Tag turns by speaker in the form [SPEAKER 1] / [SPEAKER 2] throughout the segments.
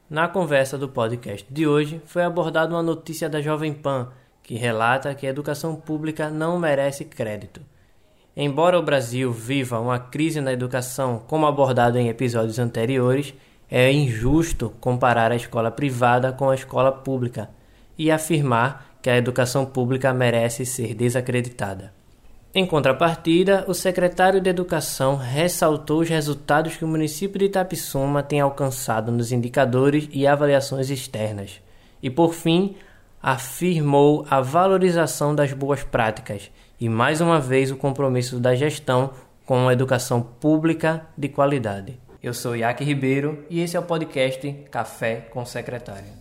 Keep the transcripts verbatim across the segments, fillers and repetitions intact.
[SPEAKER 1] Na conversa do podcast de hoje, foi abordada uma notícia da Jovem Pan, que relata que a educação pública não merece crédito. Embora o Brasil viva uma crise na educação, como abordado em episódios anteriores, é injusto comparar a escola privada com a escola pública e afirmar que a educação pública merece ser desacreditada. Em contrapartida, o secretário de Educação ressaltou os resultados que o município de Itapissuma tem alcançado nos indicadores e avaliações externas. E, por fim, afirmou a valorização das boas práticas e, mais uma vez, o compromisso da gestão com a educação pública de qualidade. Eu sou Iaque Ribeiro e esse é o podcast Café com o Secretário.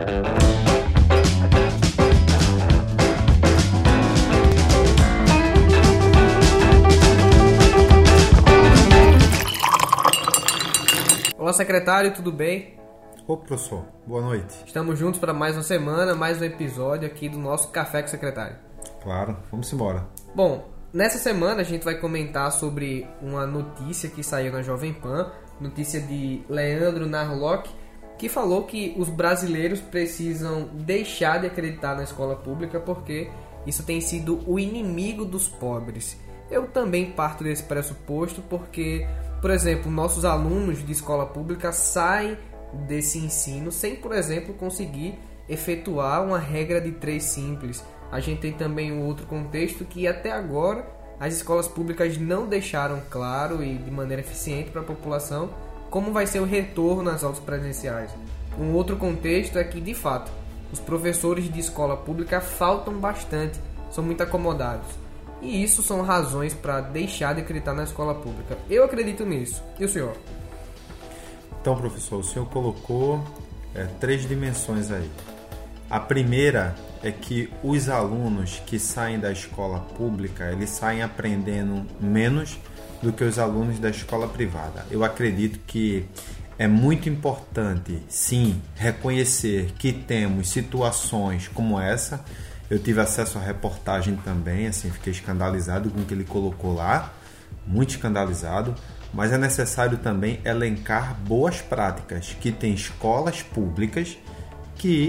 [SPEAKER 2] Olá, secretário, tudo bem?
[SPEAKER 3] Ô, professor, boa noite.
[SPEAKER 2] Estamos juntos para mais uma semana, mais um episódio aqui do nosso Café com o Secretário.
[SPEAKER 3] Claro, vamos embora.
[SPEAKER 2] Bom, nessa semana a gente vai comentar sobre uma notícia que saiu na Jovem Pan, notícia de Leandro Narlock, que falou que os brasileiros precisam deixar de acreditar na escola pública porque isso tem sido o inimigo dos pobres. Eu também parto desse pressuposto porque, por exemplo, nossos alunos de escola pública saem desse ensino sem, por exemplo, conseguir efetuar uma regra de três simples. A gente tem também um outro contexto que até agora as escolas públicas não deixaram claro e de maneira eficiente para a população como vai ser o retorno nas aulas presenciais. Um outro contexto é que, de fato, os professores de escola pública faltam bastante, são muito acomodados. E isso são razões para deixar de acreditar na escola pública. Eu acredito nisso. E o senhor?
[SPEAKER 3] Então, professor, o senhor colocou é, três dimensões aí. A primeira é que os alunos que saem da escola pública, eles saem aprendendo menos do que os alunos da escola privada. Eu acredito que é muito importante, sim, reconhecer que temos situações como essa. Eu tive acesso à reportagem também, assim, fiquei escandalizado com o que ele colocou lá, muito escandalizado, mas é necessário também elencar boas práticas, que tem escolas públicas que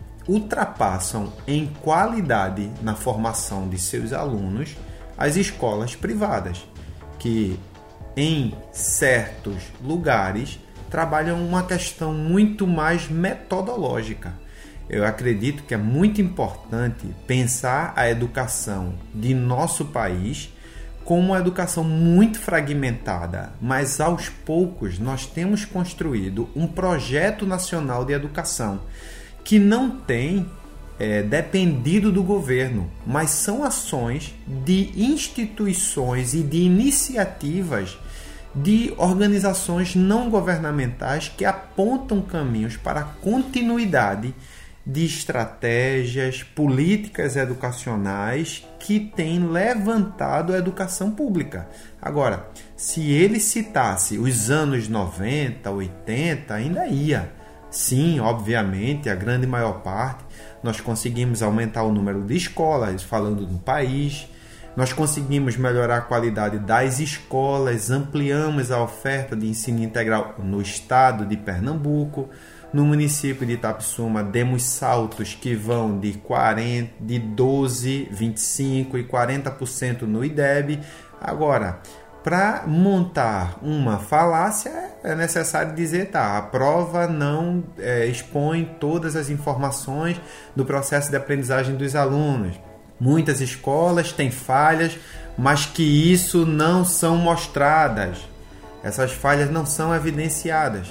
[SPEAKER 3] ultrapassam em qualidade na formação de seus alunos as escolas privadas, que em certos lugares trabalham uma questão muito mais metodológica. Eu acredito que é muito importante pensar a educação de nosso país como uma educação muito fragmentada, mas aos poucos nós temos construído um projeto nacional de educação que não tem é, dependido do governo, mas são ações de instituições e de iniciativas de organizações não governamentais que apontam caminhos para a continuidade de estratégias, políticas educacionais que têm levantado a educação pública. Agora, se ele citasse os anos noventa, oitenta, ainda ia. Sim, obviamente, a grande maior parte, nós conseguimos aumentar o número de escolas, falando no país, nós conseguimos melhorar a qualidade das escolas, ampliamos a oferta de ensino integral no estado de Pernambuco. No município de Itapissuma, demos saltos que vão de, quarenta, de doze, vinte e cinco e quarenta por cento no I D E B. Agora, para montar uma falácia, é necessário dizer, tá, a prova não é, expõe todas as informações do processo de aprendizagem dos alunos. Muitas escolas têm falhas, mas que isso não são mostradas. Essas falhas não são evidenciadas.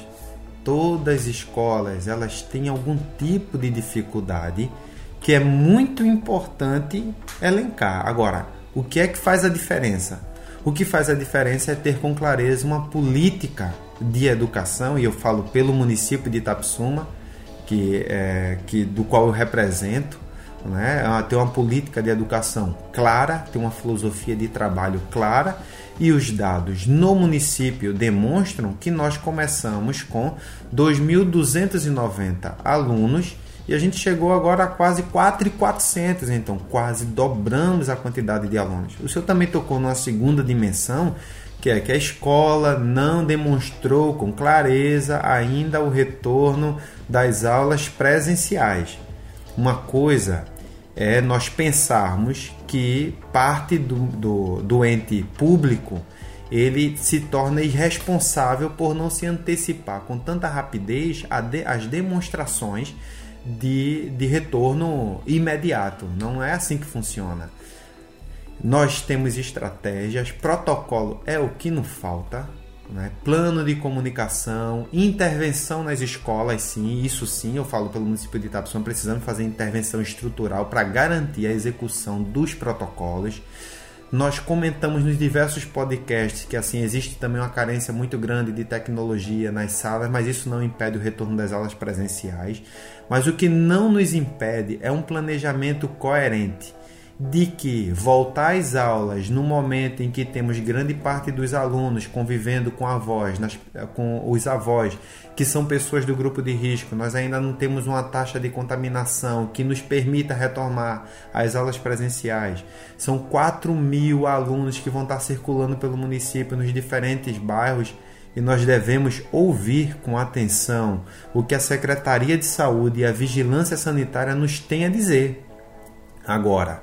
[SPEAKER 3] Todas as escolas, elas têm algum tipo de dificuldade que é muito importante elencar. Agora, o que é que faz a diferença? O que faz a diferença é ter com clareza uma política de educação, e eu falo pelo município de Itapissuma, que, é, que, do qual eu represento, né? Ter uma política de educação clara, ter uma filosofia de trabalho clara, e os dados no município demonstram que nós começamos com dois mil duzentos e noventa alunos e a gente chegou agora a quase quatro mil e quatrocentos, então quase dobramos a quantidade de alunos. O senhor também tocou numa segunda dimensão, que é que a escola não demonstrou com clareza ainda o retorno das aulas presenciais. Uma coisa é nós pensarmos que parte do, do, do ente público ele se torna irresponsável por não se antecipar com tanta rapidez às demonstrações de, de retorno imediato. Não é assim que funciona. Nós temos estratégias, protocolo é o que não falta, né? Plano de comunicação, intervenção nas escolas, sim, isso sim, eu falo pelo município de Itapsuma, precisamos fazer intervenção estrutural para garantir a execução dos protocolos. Nós comentamos nos diversos podcasts que assim existe também uma carência muito grande de tecnologia nas salas, mas isso não impede o retorno das aulas presenciais. Mas o que não nos impede é um planejamento coerente de que voltar às aulas no momento em que temos grande parte dos alunos convivendo com avós, nas, com os avós, que são pessoas do grupo de risco, nós ainda não temos uma taxa de contaminação que nos permita retomar as aulas presenciais. São quatro mil alunos que vão estar circulando pelo município nos diferentes bairros e nós devemos ouvir com atenção o que a Secretaria de Saúde e a Vigilância Sanitária nos têm a dizer. Agora,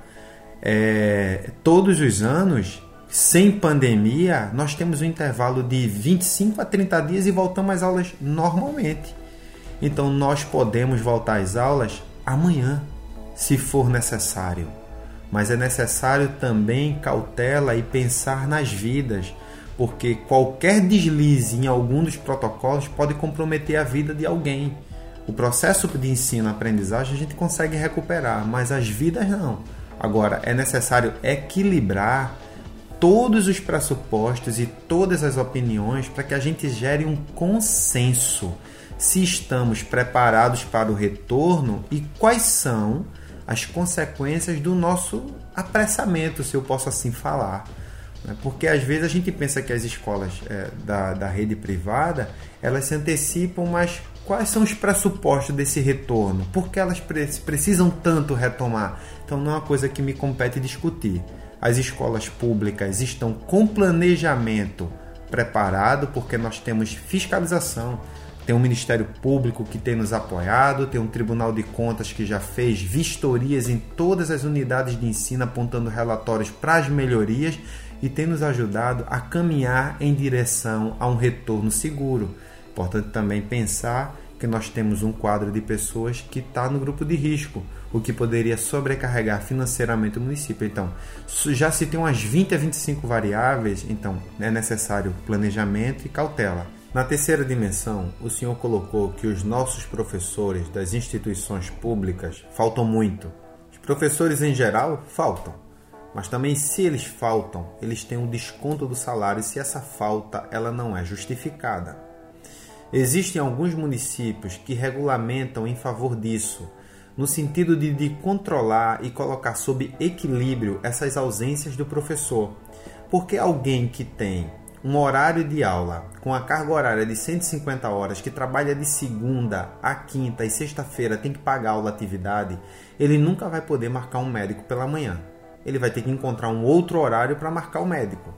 [SPEAKER 3] É, todos os anos, sem pandemia, nós temos um intervalo de vinte e cinco a trinta dias e voltamos às aulas normalmente. Então nós podemos voltar às aulas amanhã, se for necessário. Mas é necessário também cautela e pensar nas vidas, porque qualquer deslize em algum dos protocolos pode comprometer a vida de alguém. O processo de ensino-aprendizagem a gente consegue recuperar, mas as vidas não. Agora, é necessário equilibrar todos os pressupostos e todas as opiniões para que a gente gere um consenso se estamos preparados para o retorno e quais são as consequências do nosso apressamento, se eu posso assim falar. Porque às vezes a gente pensa que as escolas é, da, da rede privada, elas se antecipam, mas quais são os pressupostos desse retorno? Por que elas precisam tanto retomar? Então não é uma coisa que me compete discutir. As escolas públicas estão com planejamento preparado, porque nós temos fiscalização. Tem um Ministério Público que tem nos apoiado, tem um Tribunal de Contas que já fez vistorias em todas as unidades de ensino, apontando relatórios para as melhorias e tem nos ajudado a caminhar em direção a um retorno seguro. Importante também pensar que nós temos um quadro de pessoas que está no grupo de risco, o que poderia sobrecarregar financeiramente o município. Então, já se tem umas vinte a vinte e cinco variáveis, então é necessário planejamento e cautela. Na terceira dimensão, o senhor colocou que os nossos professores das instituições públicas faltam muito. Os professores em geral faltam, mas também se eles faltam, eles têm um desconto do salário se essa falta ela não é justificada. Existem alguns municípios que regulamentam em favor disso, no sentido de, de controlar e colocar sob equilíbrio essas ausências do professor. Porque alguém que tem um horário de aula com a carga horária de cento e cinquenta horas, que trabalha de segunda a quinta e sexta-feira tem que pagar aula atividade, ele nunca vai poder marcar um médico pela manhã. Ele vai ter que encontrar um outro horário para marcar o médico.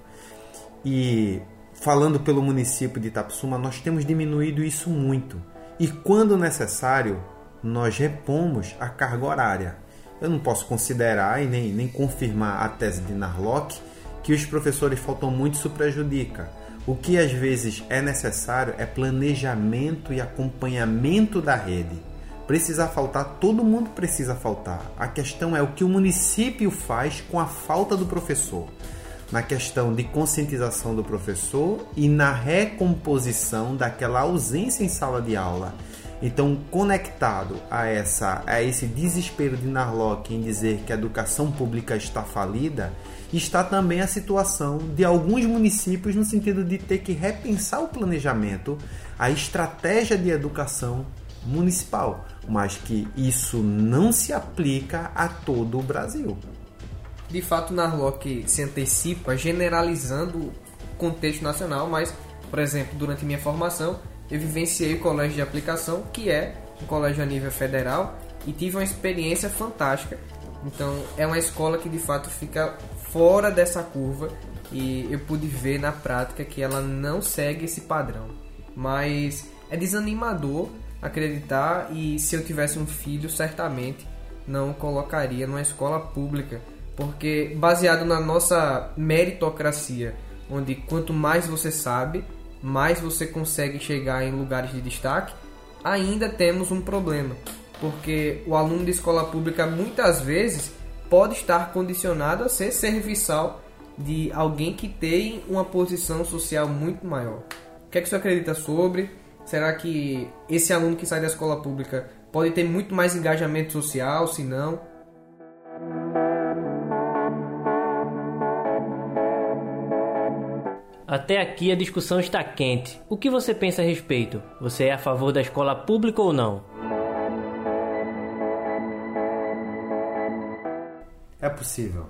[SPEAKER 3] E falando pelo município de Itapsuma, nós temos diminuído isso muito. E quando necessário, nós repomos a carga horária. Eu não posso considerar e nem, nem confirmar a tese de Narlock que os professores faltam muito, isso prejudica. O que às vezes é necessário é planejamento e acompanhamento da rede. Precisa faltar, todo mundo precisa faltar. A questão é o que o município faz com a falta do professor. Na questão de conscientização do professor e na recomposição daquela ausência em sala de aula. Então, conectado a, essa, a esse desespero de Narlock em dizer que a educação pública está falida, está também a situação de alguns municípios no sentido de ter que repensar o planejamento, a estratégia de educação municipal, mas que isso não se aplica a todo o Brasil.
[SPEAKER 2] De fato, Narlock se antecipa generalizando o contexto nacional, mas, por exemplo, durante minha formação, eu vivenciei o colégio de aplicação, que é um colégio a nível federal, e tive uma experiência fantástica. Então, é uma escola que, de fato, fica fora dessa curva e eu pude ver na prática que ela não segue esse padrão. Mas é desanimador acreditar, e se eu tivesse um filho, certamente não o colocaria numa escola pública, porque baseado na nossa meritocracia, onde quanto mais você sabe, mais você consegue chegar em lugares de destaque, ainda temos um problema, porque o aluno de escola pública muitas vezes pode estar condicionado a ser serviçal de alguém que tem uma posição social muito maior. O que é que você acredita sobre? Será que esse aluno que sai da escola pública pode ter muito mais engajamento social, se não?
[SPEAKER 1] Até aqui a discussão está quente. O que você pensa a respeito? Você é a favor da escola pública ou não?
[SPEAKER 3] É possível.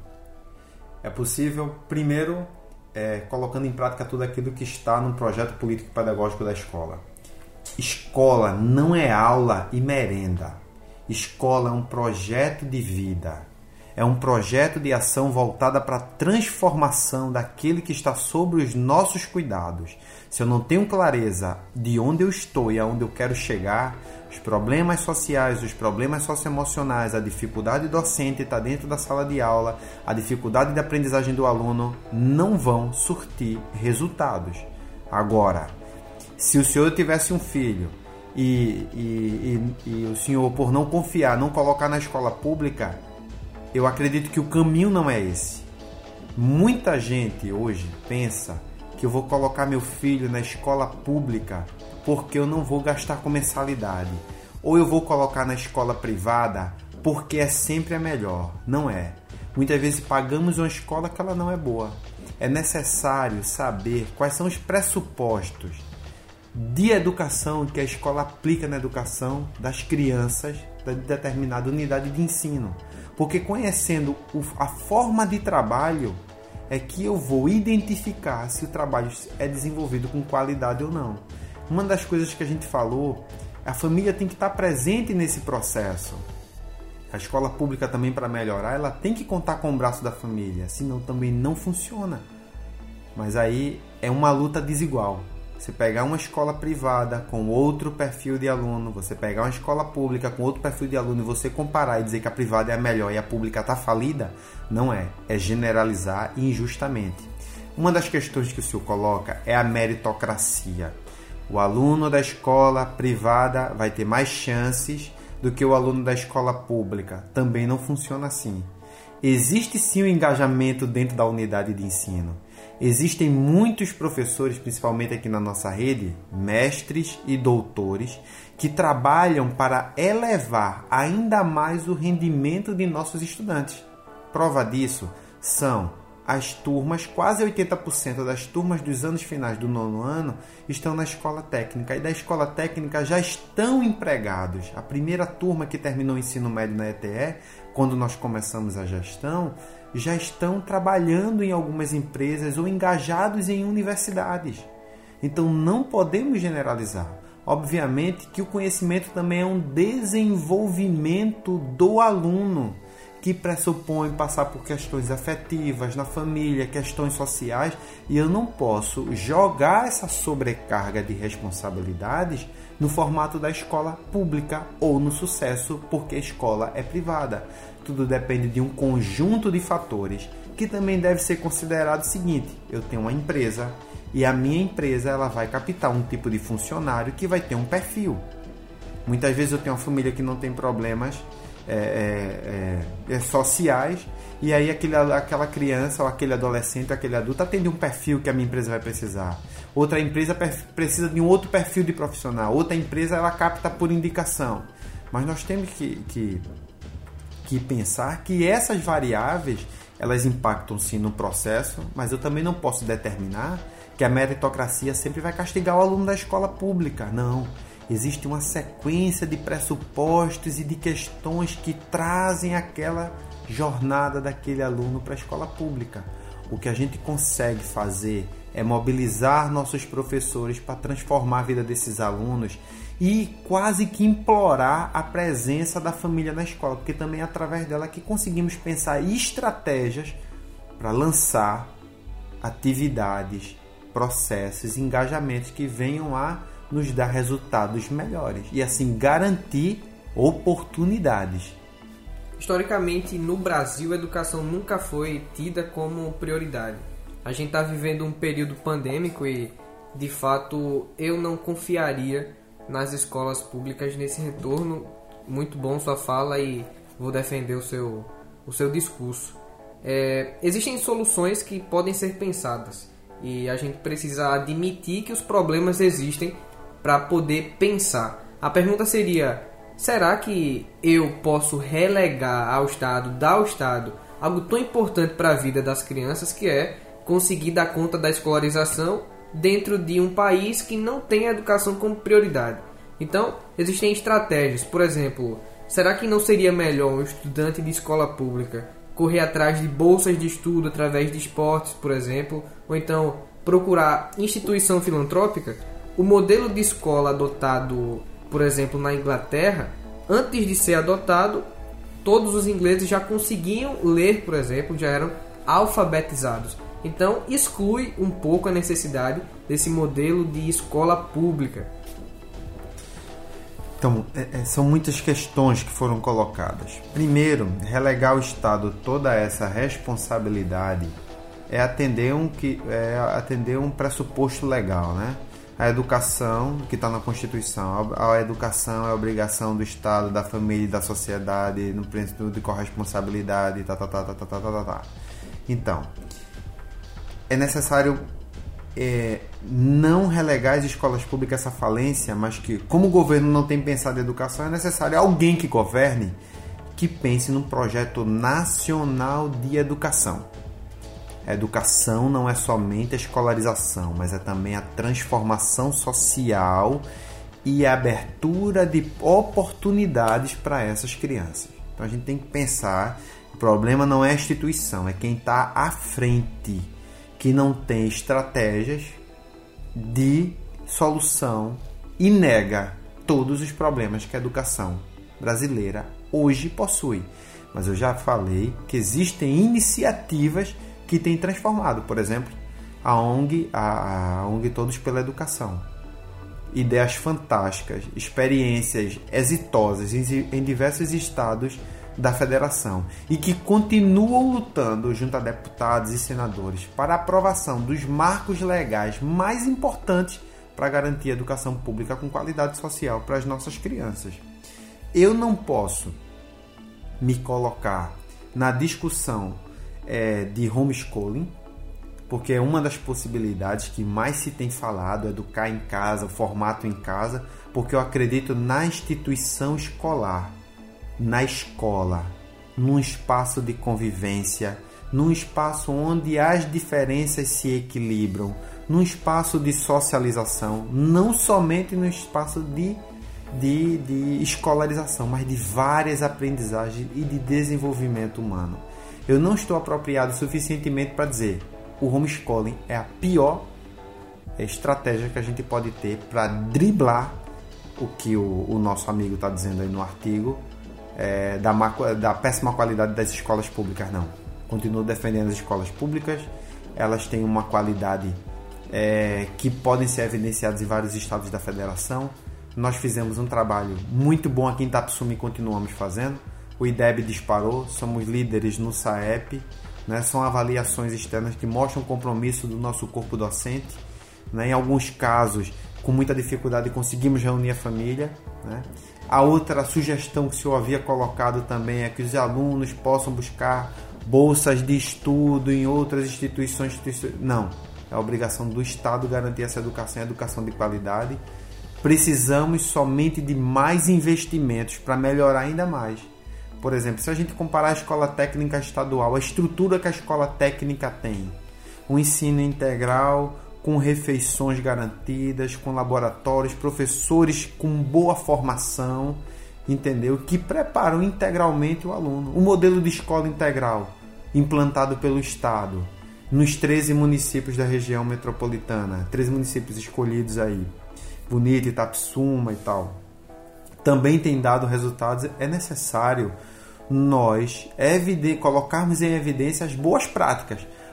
[SPEAKER 3] É possível, primeiro, é, colocando em prática tudo aquilo que está no projeto político-pedagógico da escola. Escola não é aula e merenda. Escola é um projeto de vida. É um projeto de ação voltada para a transformação daquele que está sobre os nossos cuidados. Se eu não tenho clareza de onde eu estou e aonde eu quero chegar, os problemas sociais, os problemas socioemocionais, a dificuldade docente está dentro da sala de aula, a dificuldade de aprendizagem do aluno não vão surtir resultados. Agora, se o senhor tivesse um filho e, e, e, e o senhor, por não confiar, não colocar na escola pública, eu acredito que o caminho não é esse. Muita gente hoje pensa que eu vou colocar meu filho na escola pública porque eu não vou gastar com mensalidade. Ou eu vou colocar na escola privada porque é sempre a melhor. Não é. Muitas vezes pagamos uma escola que ela não é boa. É necessário saber quais são os pressupostos de educação que a escola aplica na educação das crianças de determinada unidade de ensino. Porque conhecendo a forma de trabalho é que eu vou identificar se o trabalho é desenvolvido com qualidade ou não. Uma das coisas que a gente falou, a família tem que estar presente nesse processo. A escola pública também, para melhorar, ela tem que contar com o braço da família, senão também não funciona. Mas aí é uma luta desigual. Você pegar uma escola privada com outro perfil de aluno, você pegar uma escola pública com outro perfil de aluno e você comparar e dizer que a privada é a melhor e a pública está falida, não é. É generalizar injustamente. Uma das questões que o senhor coloca é a meritocracia. O aluno da escola privada vai ter mais chances do que o aluno da escola pública. Também não funciona assim. Existe sim o engajamento dentro da unidade de ensino. Existem muitos professores, principalmente aqui na nossa rede, mestres e doutores, que trabalham para elevar ainda mais o rendimento de nossos estudantes. Prova disso são as turmas, quase oitenta por cento das turmas dos anos finais do nono ano estão na escola técnica, e da escola técnica já estão empregados. A primeira turma que terminou o ensino médio na E T E, quando nós começamos a gestão, já estão trabalhando em algumas empresas ou engajados em universidades. Então não podemos generalizar. Obviamente que o conhecimento também é um desenvolvimento do aluno, que pressupõe passar por questões afetivas na família, questões sociais, e eu não posso jogar essa sobrecarga de responsabilidades no formato da escola pública ou no sucesso porque a escola é privada. Tudo depende de um conjunto de fatores que também deve ser considerado o seguinte: eu tenho uma empresa e a minha empresa ela vai captar um tipo de funcionário que vai ter um perfil. Muitas vezes eu tenho uma família que não tem problemas É, é, é, sociais, e aí aquele, aquela criança ou aquele adolescente ou aquele adulto atende um perfil que a minha empresa vai precisar. Outra empresa precisa de um outro perfil de profissional. Outra empresa ela capta por indicação. Mas nós temos que, que, que pensar que essas variáveis elas impactam sim no processo, mas eu também não posso determinar que a meritocracia sempre vai castigar o aluno da escola pública. Não. Existe uma sequência de pressupostos e de questões que trazem aquela jornada daquele aluno para a escola pública. O que a gente consegue fazer é mobilizar nossos professores para transformar a vida desses alunos e quase que implorar a presença da família na escola, porque também é através dela que conseguimos pensar estratégias para lançar atividades, processos, engajamentos que venham a nos dar resultados melhores e assim garantir oportunidades.
[SPEAKER 2] Historicamente, no Brasil, a educação nunca foi tida como prioridade. A gente está vivendo um período pandêmico e, de fato, eu não confiaria nas escolas públicas nesse retorno. Muito bom sua fala e vou defender o seu, o seu discurso. É, existem soluções que podem ser pensadas e a gente precisa admitir que os problemas existem para poder pensar. A pergunta seria: será que eu posso relegar ao Estado, dar ao Estado, algo tão importante para a vida das crianças, que é conseguir dar conta da escolarização dentro de um país que não tem a educação como prioridade? Então, existem estratégias. Por exemplo, será que não seria melhor um estudante de escola pública correr atrás de bolsas de estudo através de esportes, por exemplo, ou então procurar instituição filantrópica? O modelo de escola adotado, por exemplo, na Inglaterra, antes de ser adotado, todos os ingleses já conseguiam ler, por exemplo, já eram alfabetizados. Então, exclui um pouco a necessidade desse modelo de escola pública.
[SPEAKER 3] Então, é, são muitas questões que foram colocadas. Primeiro, relegar ao Estado toda essa responsabilidade é atender um, que, é atender um pressuposto legal, né? A educação, que está na Constituição, a educação é obrigação do Estado, da família e da sociedade, no princípio de corresponsabilidade, tá, tá, tá, tá, tá, tá, tá, tá. Então, é necessário é, não relegar as escolas públicas essa falência, mas que, como o governo não tem pensado em educação, é necessário alguém que governe que pense num projeto nacional de educação. A educação não é somente a escolarização, mas é também a transformação social e a abertura de oportunidades para essas crianças. Então a gente tem que pensar, o problema não é a instituição, é quem está à frente, que não tem estratégias de solução e nega todos os problemas que a educação brasileira hoje possui. Mas eu já falei que existem iniciativas que tem transformado, por exemplo, a ONG, a, a ONG Todos pela Educação. Ideias fantásticas, experiências exitosas em, em diversos estados da federação e que continuam lutando junto a deputados e senadores para a aprovação dos marcos legais mais importantes para garantir a educação pública com qualidade social para as nossas crianças. Eu não posso me colocar na discussão É, de homeschooling, porque é uma das possibilidades que mais se tem falado, educar em casa, o formato em casa, porque eu acredito na instituição escolar, na escola, num espaço de convivência, num espaço onde as diferenças se equilibram, num espaço de socialização, não somente no espaço de, de, de escolarização, mas de várias aprendizagens e de desenvolvimento humano. Eu não estou apropriado suficientemente para dizer o homeschooling é a pior estratégia que a gente pode ter para driblar o que o, o nosso amigo está dizendo aí no artigo é, da, da péssima qualidade das escolas públicas. Não. Continuo defendendo as escolas públicas. Elas têm uma qualidade é, que podem ser evidenciadas em vários estados da federação. Nós fizemos um trabalho muito bom aqui em Itapissuma e continuamos fazendo. O I D E B disparou, somos líderes no SAEP, né? São avaliações externas que mostram o compromisso do nosso corpo docente, né? Em alguns casos, com muita dificuldade, conseguimos reunir a família, né? A outra sugestão que o senhor havia colocado também é que os alunos possam buscar bolsas de estudo em outras instituições. Não, é a obrigação do Estado garantir essa educação, educação de qualidade. Precisamos somente de mais investimentos para melhorar ainda mais. Por exemplo, se a gente comparar a escola técnica estadual, a estrutura que a escola técnica tem, o ensino integral com refeições garantidas, com laboratórios, professores com boa formação, entendeu? Que preparam integralmente o aluno. O modelo de escola integral implantado pelo Estado nos treze municípios da região metropolitana, treze municípios escolhidos aí, Bonito, Itapissuma e tal, também tem dado resultados. É necessário nós evide- colocarmos em evidência as boas práticas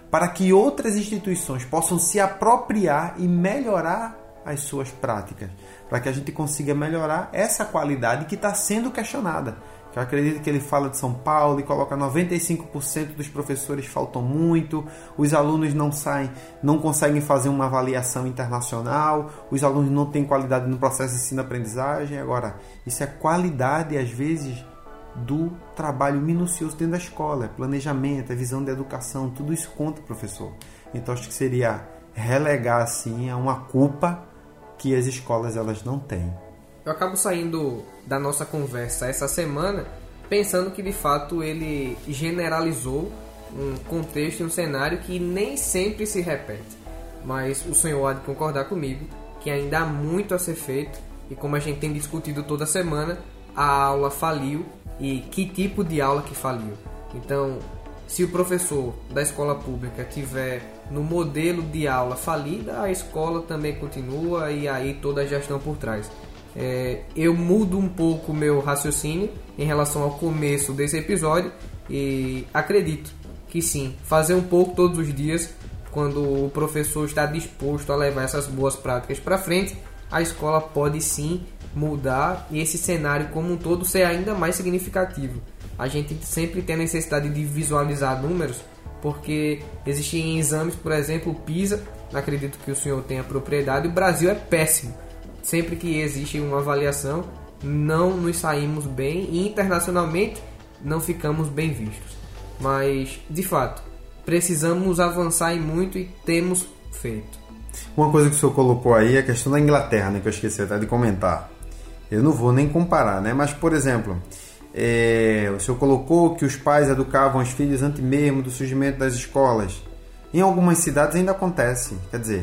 [SPEAKER 3] para que outras instituições possam se apropriar e melhorar as suas práticas, para que a gente consiga melhorar essa qualidade que está sendo questionada. Eu acredito que ele fala de São Paulo e coloca noventa e cinco por cento dos professores faltam muito, os alunos não saem, não conseguem fazer uma avaliação internacional, os alunos não têm qualidade no processo de ensino-aprendizagem. Agora, isso é qualidade, às vezes, do trabalho minucioso dentro da escola, é planejamento, é visão de educação, tudo isso conta, professor. Então, acho que seria relegar, assim, a uma culpa que as escolas elas não têm.
[SPEAKER 2] Eu acabo saindo da nossa conversa essa semana pensando que de fato ele generalizou um contexto e um cenário que nem sempre se repete. Mas o senhor há de concordar comigo que ainda há muito a ser feito e, como a gente tem discutido toda semana, a aula faliu e que tipo de aula que faliu. Então, se o professor da escola pública tiver no modelo de aula falida, a escola também continua e aí toda a gestão por trás. É, eu mudo um pouco o meu raciocínio em relação ao começo desse episódio e acredito que sim, fazer um pouco todos os dias, quando o professor está disposto a levar essas boas práticas para frente, a escola pode sim mudar e esse cenário como um todo ser ainda mais significativo. A gente sempre tem a necessidade de visualizar números, porque existem exames, por exemplo, o PISA, acredito que o senhor tenha propriedade, o Brasil é péssimo. Sempre que existe uma avaliação, não nos saímos bem e internacionalmente não ficamos bem vistos. Mas, de fato, precisamos avançar em muito e temos feito.
[SPEAKER 3] Uma coisa que o senhor colocou aí é a questão da Inglaterra, né, que eu esqueci até de comentar. Eu não vou nem comparar, né? Mas, por exemplo, é, o senhor colocou que os pais educavam os filhos antes mesmo do surgimento das escolas. Em algumas cidades ainda acontece, quer dizer...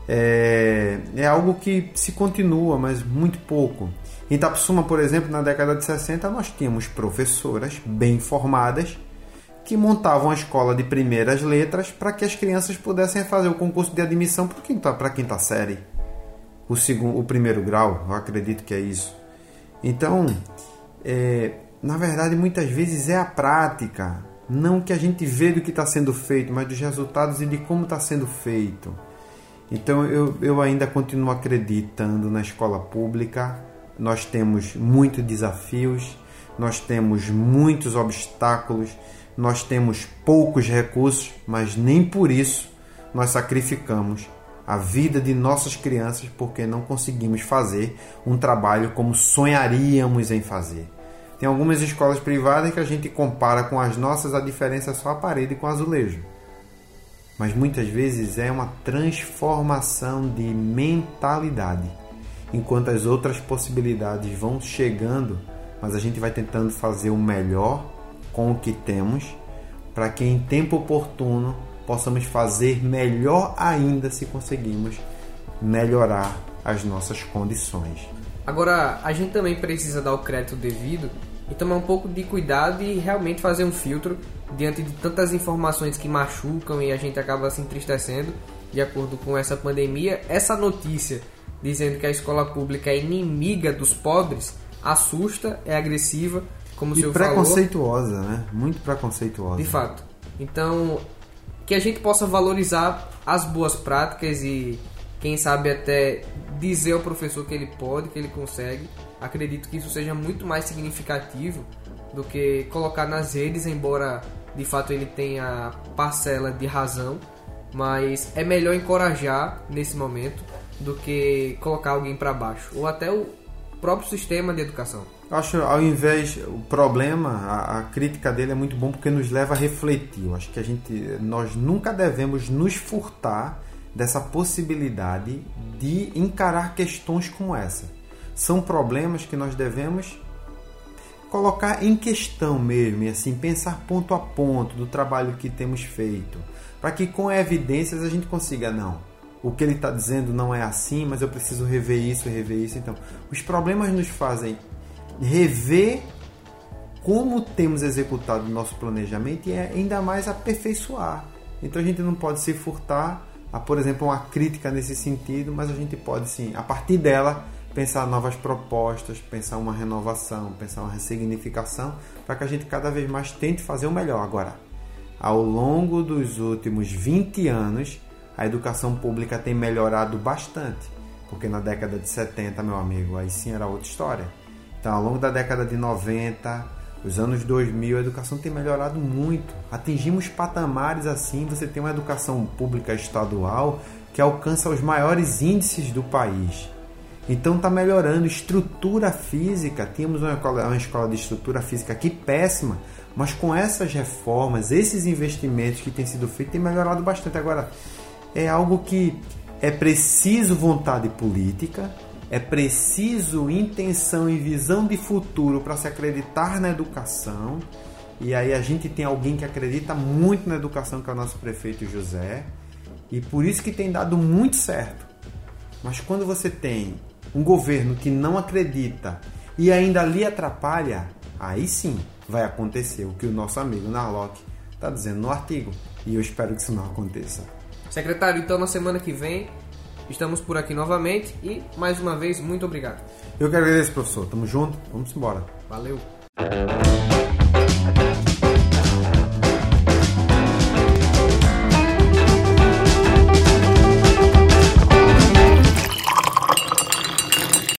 [SPEAKER 3] É, é algo que se continua, mas muito pouco. Em Itapissuma, por exemplo, na década de sessenta, nós tínhamos professoras bem formadas que montavam a escola de primeiras letras para que as crianças pudessem fazer o concurso de admissão para a quinta série. O, segundo, o primeiro grau, eu acredito que é isso. Então, é, na verdade, muitas vezes é a prática, não o que a gente vê do que está sendo feito, mas dos resultados e de como está sendo feito. Então eu, eu ainda continuo acreditando na escola pública. Nós temos muitos desafios, nós temos muitos obstáculos, nós temos poucos recursos, mas nem por isso nós sacrificamos a vida de nossas crianças porque não conseguimos fazer um trabalho como sonharíamos em fazer. Tem algumas escolas privadas que a gente compara com as nossas, a diferença é só a parede com azulejo. Mas muitas vezes é uma transformação de mentalidade. Enquanto as outras possibilidades vão chegando, mas a gente vai tentando fazer o melhor com o que temos, para que em tempo oportuno possamos fazer melhor ainda se conseguimos melhorar as nossas condições.
[SPEAKER 2] Agora, a gente também precisa dar o crédito devido e tomar um pouco de cuidado e realmente fazer um filtro diante de tantas informações que machucam e a gente acaba se entristecendo de acordo com essa pandemia. Essa notícia dizendo que a escola pública é inimiga dos pobres assusta, é agressiva, como o senhor falou. E
[SPEAKER 3] preconceituosa, né? Muito preconceituosa.
[SPEAKER 2] De fato. Então, que a gente possa valorizar as boas práticas e, quem sabe, até dizer ao professor que ele pode, que ele consegue. Acredito que isso seja muito mais significativo do que colocar nas redes, embora de fato ele tenha parcela de razão, mas é melhor encorajar nesse momento do que colocar alguém para baixo, ou até o próprio sistema de educação.
[SPEAKER 3] Eu acho, ao invés, o problema, a, a crítica dele é muito bom porque nos leva a refletir. Eu acho que a gente, nós nunca devemos nos furtar dessa possibilidade de encarar questões como essa. São problemas que nós devemos colocar em questão mesmo, e assim, pensar ponto a ponto do trabalho que temos feito, para que com evidências a gente consiga, não, o que ele está dizendo não é assim, mas eu preciso rever isso, rever isso. Então, os problemas nos fazem rever como temos executado o nosso planejamento e ainda mais aperfeiçoar. Então a gente não pode se furtar a, por exemplo, uma crítica nesse sentido, mas a gente pode sim, a partir dela, pensar novas propostas, pensar uma renovação, pensar uma ressignificação, para que a gente cada vez mais tente fazer o melhor. Agora, ao longo dos últimos vinte anos, a educação pública tem melhorado bastante. Porque na década de setenta, meu amigo, aí sim era outra história. Então, ao longo da década de noventa, os anos dois mil, a educação tem melhorado muito. Atingimos patamares assim, você tem uma educação pública estadual que alcança os maiores índices do país. Então está melhorando. Estrutura física, tínhamos uma escola, uma escola de estrutura física aqui péssima, mas com essas reformas, esses investimentos que têm sido feitos, tem melhorado bastante. Agora, é algo que é preciso vontade política, é preciso intenção e visão de futuro para se acreditar na educação. E aí a gente tem alguém que acredita muito na educação, que é o nosso prefeito José, e por isso que tem dado muito certo. Mas quando você tem um governo que não acredita e ainda lhe atrapalha, aí sim vai acontecer o que o nosso amigo Narlock está dizendo no artigo. E eu espero que isso não aconteça.
[SPEAKER 2] Secretário, então na semana que vem estamos por aqui novamente e, mais uma vez, muito obrigado.
[SPEAKER 3] Eu que agradeço, professor. Tamo junto. Vamos embora.
[SPEAKER 2] Valeu.